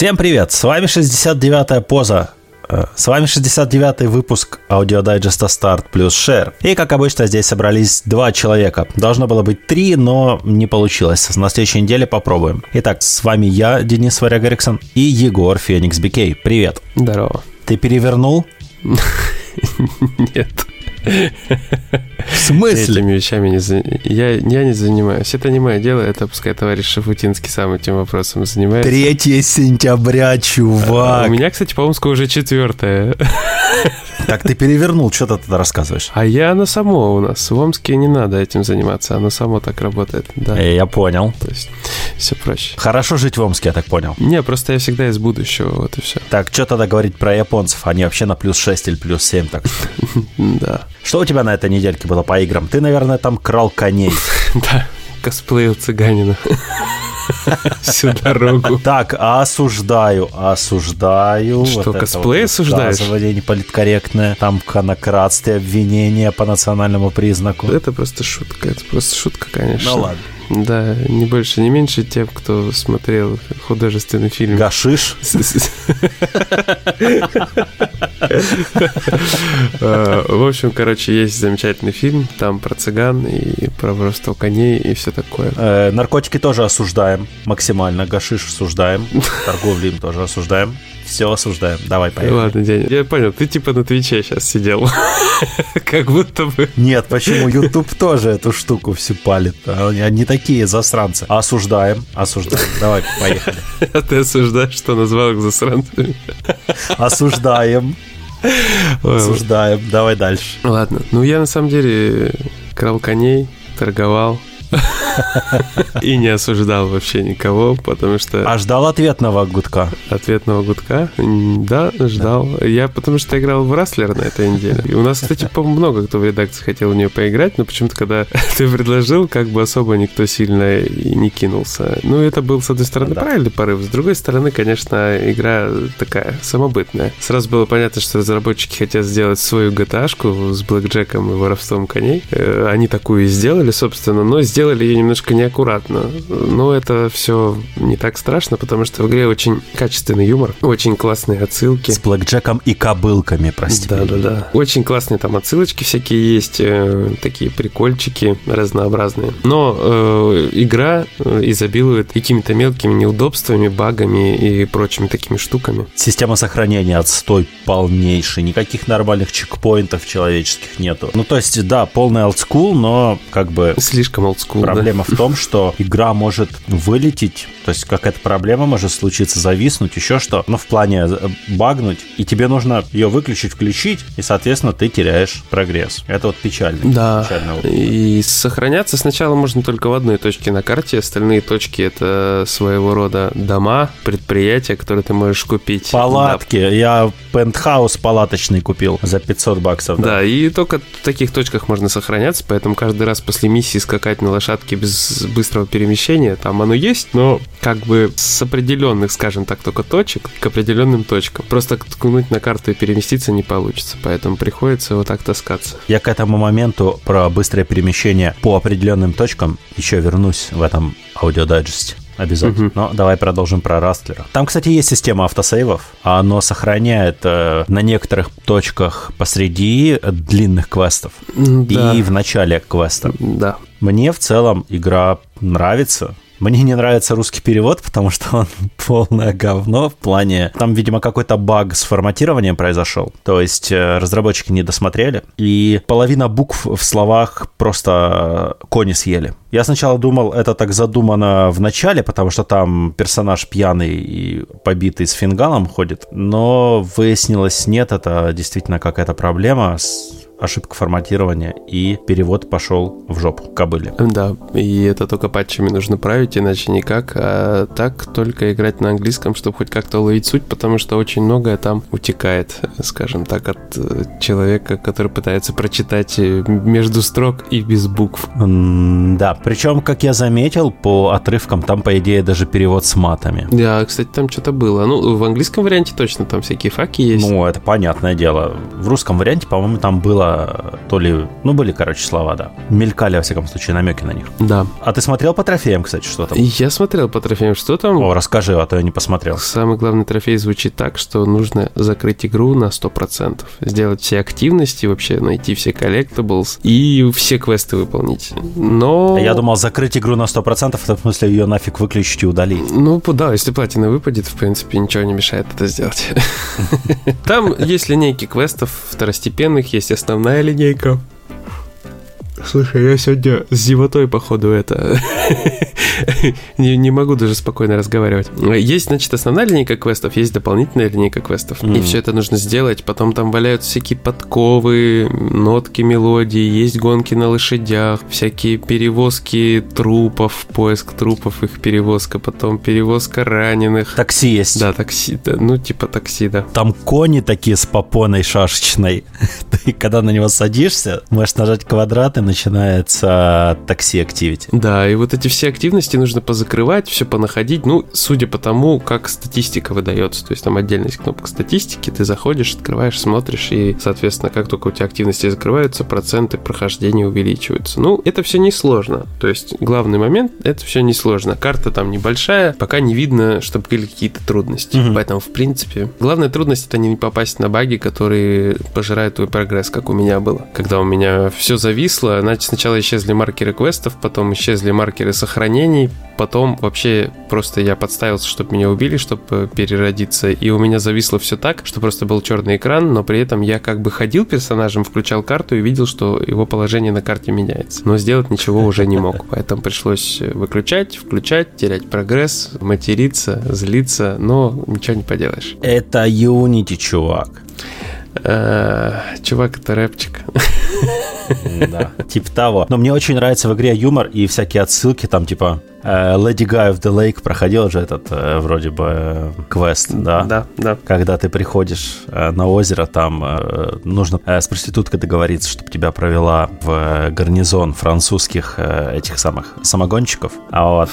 Всем привет, с вами 69-я поза. С вами 69-й выпуск аудиодайджеста Start плюс Share. И, как обычно, здесь собрались 2 человека. Должно было быть 3, но не получилось. На следующей неделе попробуем. Итак, с вами я, Денис Варяг-Эриксон, и Егор Феникс BK. Привет. Здорово. Ты перевернул? Нет. В смысле? Этими вещами я не занимаюсь. Это не мое дело, это пускай товарищ Шафутинский сам этим вопросом занимается. 3 сентября, чувак. У меня, кстати, по Омску уже 4. Так ты перевернул, что ты тогда рассказываешь? А оно само у нас. В Омске не надо этим заниматься, оно само так работает. Да. Я понял. То есть все проще. Хорошо жить в Омске, я так понял. Не, просто я всегда из будущего, вот и все. Так, что тогда говорить про японцев? Они вообще на плюс 6 или плюс 7, так что... Да. Что у тебя на этой недельке было по играм? Ты, наверное, там крал коней. Да, косплеил цыганина. Всю дорогу. Так, осуждаю. Что, косплей осуждаешь? Высказывание неполиткорректное. Там конократстве, обвинения по национальному признаку. Это просто шутка, конечно. Ну ладно. Да, не больше, не меньше тем, кто смотрел художественный фильм. Гашиш? В общем, есть замечательный фильм. Там про цыган и про воровство коней и все такое. Наркотики тоже осуждаем максимально. Гашиш осуждаем. Торговлю им тоже осуждаем. Все осуждаем. Давай, поехали. Ладно, Дядя, я понял. Ты типа на Твиче сейчас сидел. Как будто бы. Нет, почему? YouTube тоже эту штуку всю палит. Они такие засранцы. Осуждаем. Давай, поехали. А ты осуждаешь, что назвал их засранцами? Осуждаем. Давай дальше. Ладно. Я на самом деле крал коней, торговал. И не осуждал вообще никого, потому что... А ждал ответного гудка? Ответного гудка? Да, ждал. Я потому что играл в Растлер на этой неделе. И у нас, кстати, по-моему, много кто в редакции хотел в нее поиграть, но почему-то, когда ты предложил, как бы особо никто сильно и не кинулся. Это был, с одной стороны, правильный порыв. С другой стороны, конечно, игра такая самобытная. Сразу было понятно, что разработчики хотят сделать свою GTA-шку с блэкджеком и воровством коней. Они такую и сделали, собственно, но сделали ее немножко неаккуратно. Но это все не так страшно, потому что в игре очень качественный юмор, очень классные отсылки. С блэкджеком и кобылками, прости. Да. Очень классные там отсылочки всякие есть, такие прикольчики разнообразные. Но игра изобилует какими-то мелкими неудобствами, багами и прочими такими штуками. Система сохранения отстой полнейший. Никаких нормальных чекпоинтов человеческих нету. То есть, да, полный олдскул, но как бы... Слишком олдскул. Проблема в том, что игра может вылететь, то есть какая-то проблема может случиться, зависнуть, еще что, в плане багнуть, и тебе нужно ее выключить, включить, и, соответственно, ты теряешь прогресс. Это печально. Да, и сохраняться сначала можно только в одной точке на карте, остальные точки — это своего рода дома, предприятия, которые ты можешь купить. Палатки. Да. Я пентхаус палаточный купил за $500. Да, и только в таких точках можно сохраняться, поэтому каждый раз после миссии скакать на лошадке без быстрого перемещения, там оно есть, но как бы с определенных, скажем так, только точек к определенным точкам. Просто ткнуть на карту и переместиться не получится, поэтому приходится вот так таскаться. Я к этому моменту про быстрое перемещение по определенным точкам еще вернусь в этом аудиодайджесте. Обязательно. Но давай продолжим про Растлера. Там, кстати, есть система автосейвов. Оно сохраняет на некоторых точках посреди длинных квестов и в начале квеста. Да. Мне в целом игра нравится. Мне не нравится русский перевод, потому что он полное говно в плане... Там, видимо, какой-то баг с форматированием произошел. То есть разработчики не досмотрели, и половина букв в словах просто кони съели. Я сначала думал, это так задумано в начале, потому что там персонаж пьяный и побитый с фингалом ходит, но выяснилось, нет, это действительно какая-то проблема ошибка форматирования, и перевод пошел в жопу кобыле. Да, и это только патчами нужно править, иначе никак. А так только играть на английском, чтобы хоть как-то уловить суть, потому что очень многое там утекает, скажем так, от человека, который пытается прочитать между строк и без букв. Да, причем, как я заметил, по отрывкам там, по идее, даже перевод с матами. Да, кстати, там что-то было. В английском варианте точно там всякие факи есть. Это понятное дело. В русском варианте, по-моему, там было слова, то ли... Ну, были, короче, слова, да. Мелькали, во всяком случае, намеки на них. Да. А ты смотрел по трофеям, кстати, что там? Я смотрел по трофеям, что там? О, расскажи, а то я не посмотрел. Самый главный трофей звучит так, что нужно закрыть игру на 100%. Сделать все активности, вообще найти все коллектаблс и все квесты выполнить. Но... Я думал, закрыть игру на 100%, в смысле ее нафиг выключить и удалить. Ну, да, если платина выпадет, в принципе, ничего не мешает это сделать. Там есть линейки квестов второстепенных, есть основная линейка. Слушай, я сегодня с зевотой, походу, это... не могу даже спокойно разговаривать. Есть, значит, основная линейка квестов, есть дополнительная линейка квестов. И все это нужно сделать. Потом там валяются всякие подковы, нотки, мелодии, есть гонки на лошадях, всякие перевозки трупов, поиск трупов, их перевозка, потом перевозка раненых. Такси есть. Да, такси, да, ну типа такси, да. Там кони такие с попоной шашечной. Ты когда на него садишься, можешь нажать квадрат, и начинается такси-активити. Да, и вот эти все активности нужно позакрывать, все понаходить, ну, судя по тому, как статистика выдается, то есть там отдельно есть кнопка статистики, ты заходишь, открываешь, смотришь, и, соответственно, как только у тебя активности закрываются, проценты прохождения увеличиваются. Ну, это все несложно, то есть главный момент, это все несложно. Карта там небольшая, пока не видно, чтобы были какие-то трудности, поэтому, в принципе, главная трудность — это не попасть на баги, которые пожирают твой прогресс, как у меня было. Когда у меня все зависло, значит, сначала исчезли маркеры квестов, потом исчезли маркеры сохранений, потом вообще просто я подставился, чтобы меня убили, чтобы переродиться, и у меня зависло все так, что просто был черный экран, но при этом я как бы ходил персонажем, включал карту и видел, что его положение на карте меняется. Но сделать ничего уже не мог, поэтому пришлось выключать, включать, терять прогресс, материться, злиться, но ничего не поделаешь. Это Unity, чувак. Чувак, это рэпчик. Да, типа того. Но мне очень нравится в игре юмор и всякие отсылки, там типа Lady Guy of the Lake проходил же этот вроде бы квест, да? Да, да. Когда ты приходишь на озеро, там нужно с проституткой договориться, чтобы тебя провела в гарнизон французских этих самых самогонщиков, а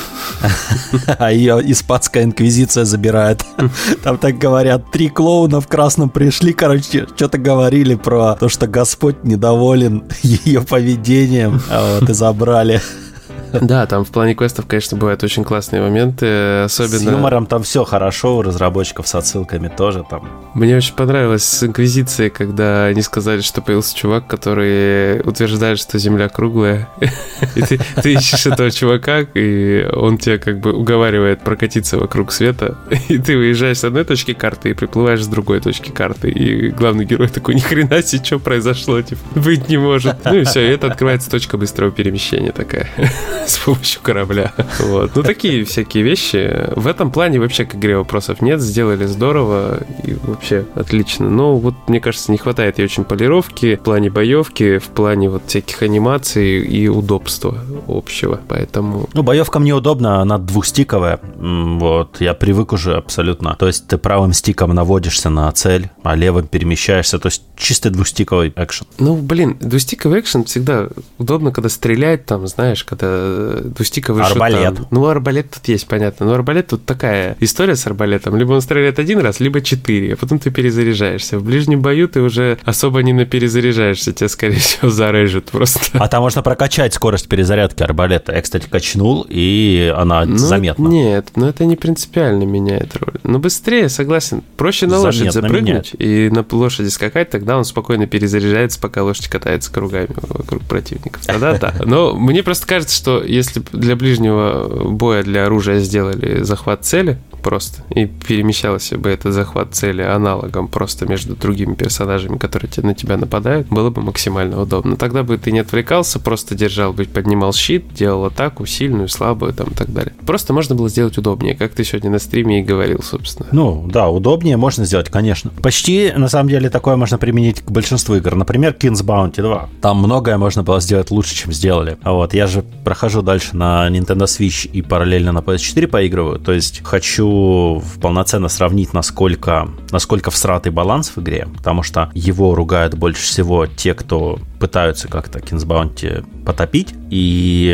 ее испанская инквизиция забирает. Там так говорят, 3 клоуна в красном пришли, короче, что-то говорили про то, что Господь недоволен ее поведением, и забрали. Да, там в плане квестов, конечно, бывают очень классные моменты, особенно... С юмором там все хорошо, у разработчиков с отсылками тоже там. Мне очень понравилось с Инквизицией, когда они сказали, что появился чувак, который утверждает, что Земля круглая. И ты ищешь этого чувака, и он тебя как бы уговаривает прокатиться вокруг света, и ты выезжаешь с одной точки карты и приплываешь с другой точки карты, и главный герой такой, ни хрена себе, что произошло, типа, быть не может. Ну и все, и это открывается точка быстрого перемещения такая. С помощью корабля. Вот. Ну, такие всякие вещи. В этом плане вообще к игре вопросов нет. Сделали здорово и вообще отлично. Но вот, мне кажется, не хватает ей очень полировки в плане боевки, в плане вот всяких анимаций и удобства общего. Поэтому... Ну, боевка мне удобна, она двухстиковая. Вот, я привык уже абсолютно. То есть ты правым стиком наводишься на цель, а левым перемещаешься. То есть чисто двухстиковый экшен. Ну, блин, двухстиковый экшен всегда удобно, когда стрелять там, знаешь, когда двустиковый арбалет. Шутан. Ну, арбалет тут есть, понятно. Но арбалет тут такая история с арбалетом. Либо он стреляет 1 раз, либо 4, а потом ты перезаряжаешься. В ближнем бою ты уже особо не наперезаряжаешься, тебя, скорее всего, зарежут просто. А там можно прокачать скорость перезарядки арбалета. Я, кстати, качнул, и она заметна. Нет, но это не принципиально меняет роль. Но быстрее, согласен. Проще на лошадь запрыгнуть и на лошади скакать, тогда он спокойно перезаряжается, пока лошадь катается кругами вокруг противников. Да. Но мне просто кажется, что если для ближнего боя, для оружия сделали захват цели просто, и перемещался бы этот захват цели аналогом просто между другими персонажами, которые на тебя нападают, было бы максимально удобно. Тогда бы ты не отвлекался, просто держал бы, поднимал щит, делал атаку сильную, слабую там и так далее. Просто можно было сделать удобнее, как ты сегодня на стриме и говорил, собственно. Ну, да, удобнее можно сделать, конечно. Почти, на самом деле, такое можно применить к большинству игр. Например, King's Bounty 2. Там многое можно было сделать лучше, чем сделали. Вот, я же прохожу дальше на Nintendo Switch и параллельно на PS4 поигрываю. То есть хочу полноценно сравнить, насколько всратый баланс в игре, потому что его ругают больше всего те, кто пытаются как-то King's Bounty потопить. И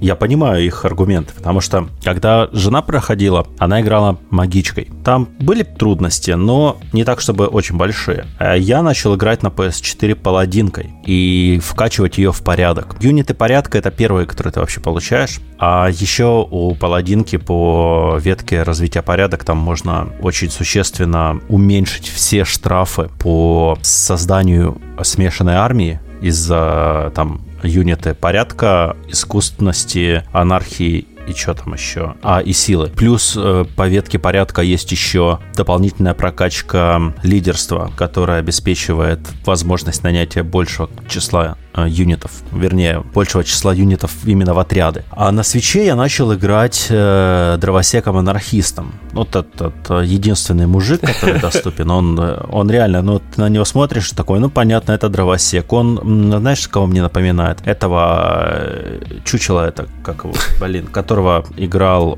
я понимаю их аргументы, потому что, когда жена проходила, она играла магичкой. Там были трудности, но не так, чтобы очень большие. Я начал играть на PS4 паладинкой и вкачивать ее в порядок. Юниты порядка — это первые, которые ты вообще получаешь. А еще у паладинки по ветке развития порядок там можно очень существенно уменьшить все штрафы по созданию смешанной армии из-за там юниты порядка, искусственности, анархии и что там еще? И силы. Плюс по ветке порядка есть еще дополнительная прокачка лидерства, которая обеспечивает возможность нанятия большего числа юнитов, вернее, большего числа юнитов именно в отряды. А на свитче я начал играть дровосеком-анархистом. Вот этот единственный мужик, который доступен, он реально, ну, ты на него смотришь, такой, ну, понятно, это дровосек. Он, знаешь, кого мне напоминает? Этого чучела, это, как его, которого играл,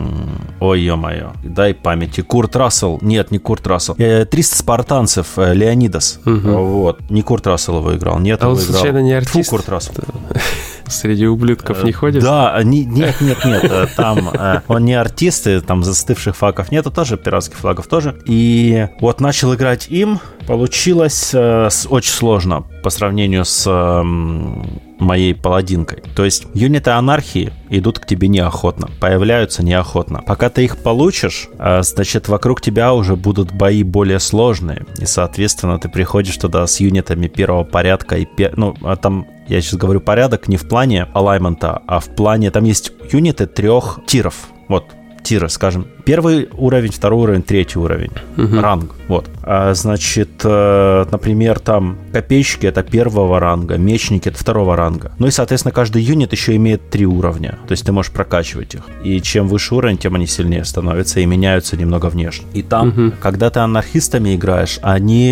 ой, ё-моё, дай памяти, Курт Рассел, нет, не Курт Рассел, 300 спартанцев, Леонидас, вот, не Курт Рассел его играл, нет, его играл. Не артист? Фу, Курт Рассел. Среди ублюдков не ходит? Да, нет, там он не артист, и там застывших флагов нету, тоже пиратских флагов тоже. И вот начал играть им, получилось очень сложно по сравнению с моей паладинкой. То есть юниты анархии идут к тебе неохотно, появляются неохотно. Пока ты их получишь, значит, вокруг тебя уже будут бои более сложные. И, соответственно, ты приходишь туда с юнитами первого порядка. Там я сейчас говорю порядок не в плане алаймента, а в плане, там есть юниты 3 тиров. Вот, тиры, скажем. 1 уровень, 2 уровень, 3 уровень. Ранг. Вот. Значит, например, там копейщики — это 1 ранга, мечники — это 2 ранга. Ну и, соответственно, каждый юнит еще имеет 3 уровня. То есть ты можешь прокачивать их. И чем выше уровень, тем они сильнее становятся и меняются немного внешне. И там, когда ты анархистами играешь,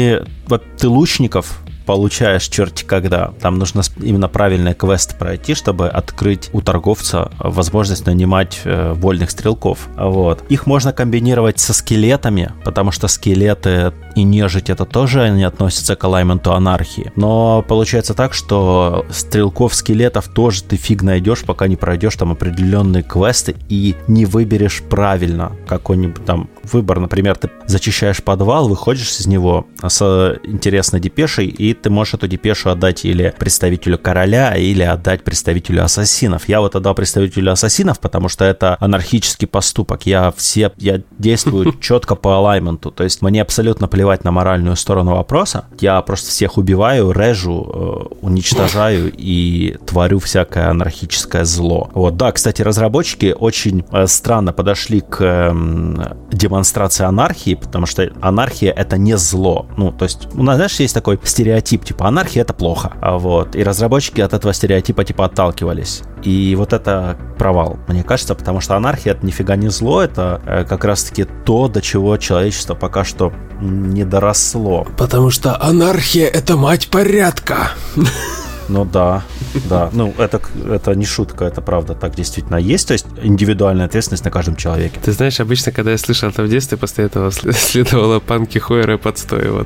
ты лучников получаешь черти когда. Там нужно именно правильный квест пройти, чтобы открыть у торговца возможность нанимать вольных стрелков. Вот. Их можно комбинировать со скелетами, потому что скелеты и нежить — это тоже не относятся к алайменту анархии. Но получается так, что стрелков-скелетов тоже ты фиг найдешь, пока не пройдешь там определенные квесты и не выберешь правильно какой-нибудь там выбор. Например, ты зачищаешь подвал, выходишь из него с интересной депешей, и ты можешь эту депешу отдать или представителю короля, или отдать представителю ассасинов. Я вот отдал представителю ассасинов, потому что это анархический поступок. Я действую четко по алайменту. То есть мне абсолютно плевать на моральную сторону вопроса. Я просто всех убиваю, режу, уничтожаю и творю всякое анархическое зло. Вот, да, кстати, разработчики очень странно подошли к демонстрации анархии, потому что анархия — это не зло. Ну, то есть, у нас, знаешь, есть такой стереотип, типа, анархия — это плохо. Вот. И разработчики от этого стереотипа, типа, отталкивались. И вот это провал, мне кажется, потому что анархия — это нифига не зло, это как раз-таки то, до чего человечество пока что не доросло. Потому что анархия — это мать порядка. Ну да. Ну, это не шутка, это правда, так действительно есть. То есть индивидуальная ответственность на каждом человеке. Ты знаешь, обычно, когда я слышал это в детстве, после этого следовало панки Хойера подстоева.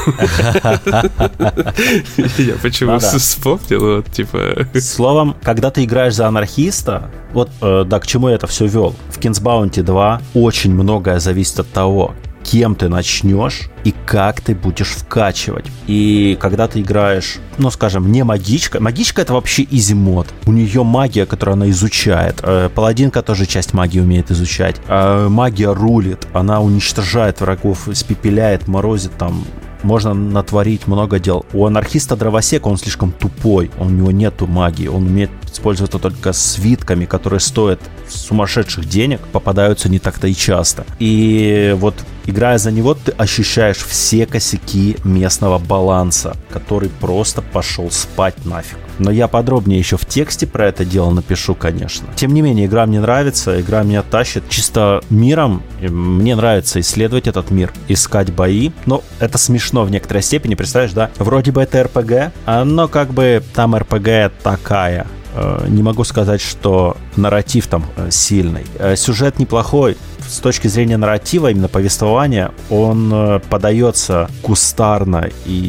Я почему вспомнил, вот, типа... Словом, когда ты играешь за анархиста, вот, да, к чему я это все вел? В King's Bounty 2 очень многое зависит от того, кем ты начнешь и как ты будешь вкачивать. И когда ты играешь, ну, скажем, не магичка. Магичка — это вообще изи-мод. У нее магия, которую она изучает. Паладинка тоже часть магии умеет изучать. Магия рулит. Она уничтожает врагов, испепеляет, морозит там. Можно натворить много дел. У анархиста дровосека он слишком тупой. У него нету магии. Он умеет использовать это только свитками, которые стоят сумасшедших денег, попадаются не так-то и часто. И вот, играя за него, ты ощущаешь все косяки местного баланса, который просто пошел спать нафиг. Но я подробнее еще в тексте про это дело напишу, конечно. Тем не менее, игра мне нравится, игра меня тащит чисто миром. Мне нравится исследовать этот мир, искать бои. Но это смешно в некоторой степени, представляешь, да? Вроде бы это РПГ, но как бы там РПГ такая. Не могу сказать, что нарратив там сильный. Сюжет неплохой. с точки зрения нарратива, именно повествования, он подается кустарно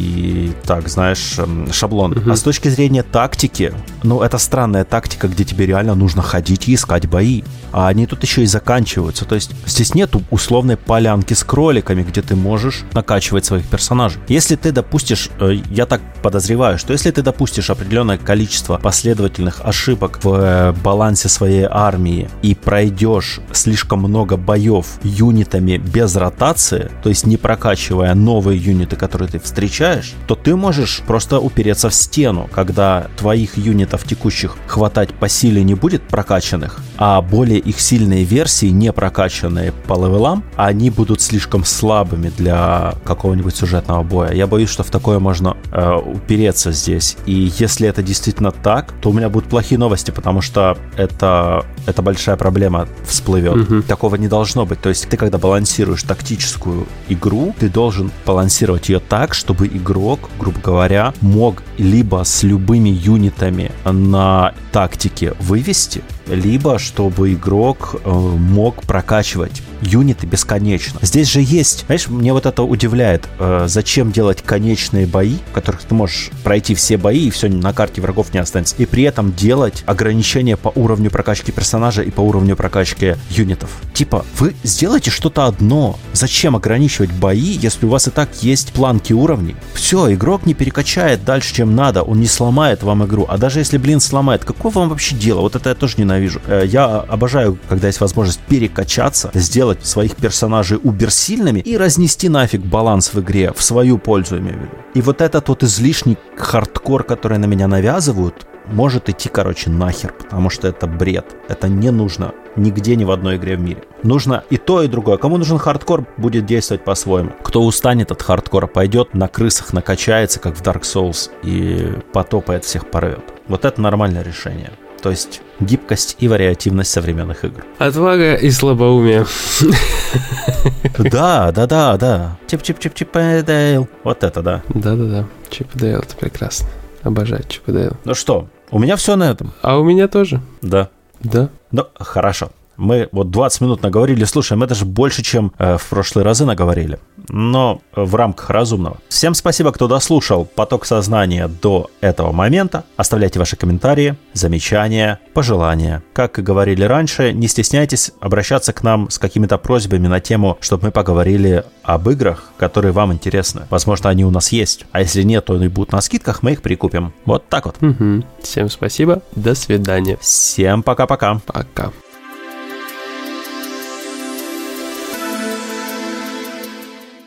и, так, знаешь, шаблон. А с точки зрения тактики, ну, это странная тактика, где тебе реально нужно ходить и искать бои. А они тут еще и заканчиваются. То есть здесь нету условной полянки с кроликами, где ты можешь накачивать своих персонажей. Если ты допустишь, я так подозреваю, что если ты допустишь определенное количество последовательных ошибок в балансе своей армии и пройдешь слишком много боев юнитами без ротации, то есть не прокачивая новые юниты, которые ты встречаешь, то ты можешь просто упереться в стену, когда твоих юнитов текущих хватать по силе не будет прокачанных, а более их сильные версии, не прокачанные по левелам, они будут слишком слабыми для какого-нибудь сюжетного боя. Я боюсь, что в такое можно упереться здесь. И если это действительно так, то у меня будут плохие новости, потому что это большая проблема всплывет. Такого не должно быть. То есть ты, когда балансируешь тактическую игру, ты должен балансировать ее так, чтобы игрок, грубо говоря, мог либо с любыми юнитами на тактике вывести, либо чтобы игрок мог прокачивать юниты бесконечно. Здесь же есть, знаешь, мне вот это удивляет, зачем делать конечные бои, в которых ты можешь пройти все бои, и все, на карте врагов не останется, и при этом делать ограничения по уровню прокачки персонажа и по уровню прокачки юнитов. Типа, вы сделайте что-то одно. Зачем ограничивать бои, если у вас и так есть планки уровней? Все, игрок не перекачает дальше, чем надо, он не сломает вам игру. А даже если, сломает, какое вам вообще дело? Вот это я тоже ненавижу. Я обожаю, когда есть возможность перекачаться, сделать своих персонажей уберсильными и разнести нафиг баланс в игре в свою пользу, имею в виду. И вот этот вот излишний хардкор, который на меня навязывают, может идти, нахер, потому что это бред. Это не нужно нигде, ни в одной игре в мире. Нужно и то, и другое. Кому нужен хардкор, будет действовать по-своему. Кто устанет от хардкора, пойдет на крысах, накачается, как в Dark Souls, и потопает, всех порвет. Вот это нормальное решение. То есть гибкость и вариативность современных игр. Отвага и слабоумие. Да. Чип Дейл. Вот это да. Да. Чип Дейл, это прекрасно. Обожаю Чип Дейл. Ну что, у меня все на этом. А у меня тоже. Да. Ну, хорошо. Мы вот 20 минут наговорили. Слушай, это же больше, чем в прошлые разы наговорили. Но в рамках разумного. Всем спасибо, кто дослушал поток сознания до этого момента. Оставляйте ваши комментарии, замечания, пожелания. Как и говорили раньше, не стесняйтесь обращаться к нам с какими-то просьбами на тему, чтобы мы поговорили об играх, которые вам интересны. Возможно, они у нас есть. А если нет, то они будут на скидках, мы их прикупим. Вот так вот. Всем спасибо. До свидания. Всем пока-пока. Пока.